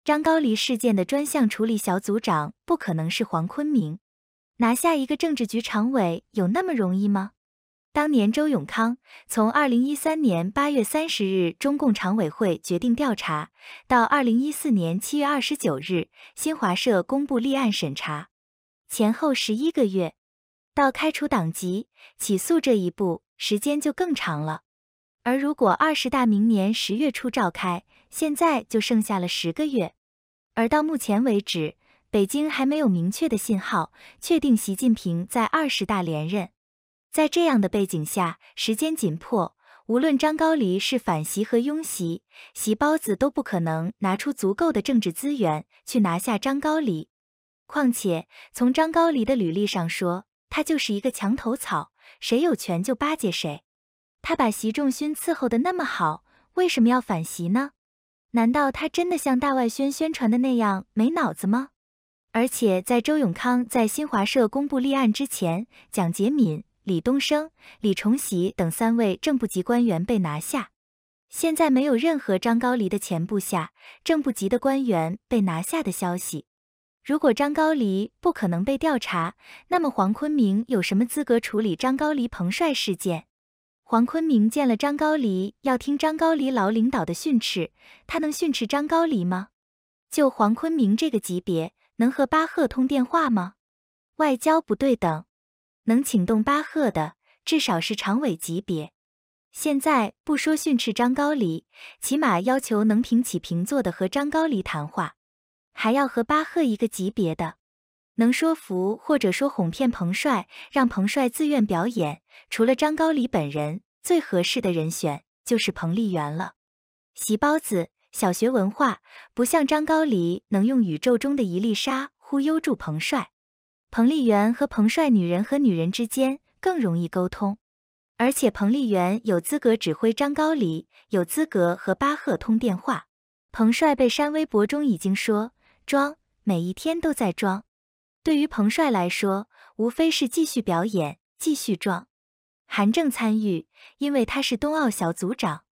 张高丽事件的专项处理小组长不可能是黄坤明。拿下一个政治局常委有那么容易吗？当年周永康从2013年8月30日中共常委会决定调查，到2014年7月29日新华社公布立案审查，前后11个月，到开除党籍、起诉这一步，时间就更长了。而如果20大明年10月初召开，现在就剩下了10个月。而到目前为止，北京还没有明确的信号，确定习近平在20大连任。在这样的背景下，时间紧迫，无论张高丽是反习和拥习，习包子都不可能拿出足够的政治资源去拿下张高丽。况且，从张高丽的履历上说，他就是一个墙头草，谁有权就巴结谁。他把习仲勋伺候得那么好，为什么要反习呢？难道他真的像大外宣宣传的那样没脑子吗？而且在周永康在新华社公布立案之前，蒋洁敏、李东生、李崇禧等3位正部级官员被拿下。现在没有任何张高丽的前部下、正部级的官员被拿下的消息。如果张高丽不可能被调查，那么黄坤明有什么资格处理张高丽彭帅事件？黄坤明见了张高丽，要听张高丽老领导的训斥，他能训斥张高丽吗？就黄坤明这个级别，能和巴赫通电话吗？外交不对等。能请动巴赫的，至少是常委级别。现在不说训斥张高丽，起码要求能平起平坐的和张高丽谈话，还要和巴赫一个级别的。能说服或者说哄骗彭帅，让彭帅自愿表演，除了张高丽本人，最合适的人选就是彭丽媛了。习包子，小学文化，不像张高丽能用宇宙中的一粒沙忽悠住彭帅。彭丽媛和彭帅女人和女人之间更容易沟通，而且彭丽媛有资格指挥张高丽，有资格和巴赫通电话。彭帅被删微博中已经说，装，每一天都在装。对于彭帅来说，无非是继续表演，继续装。韩正参与，因为他是冬奥小组长。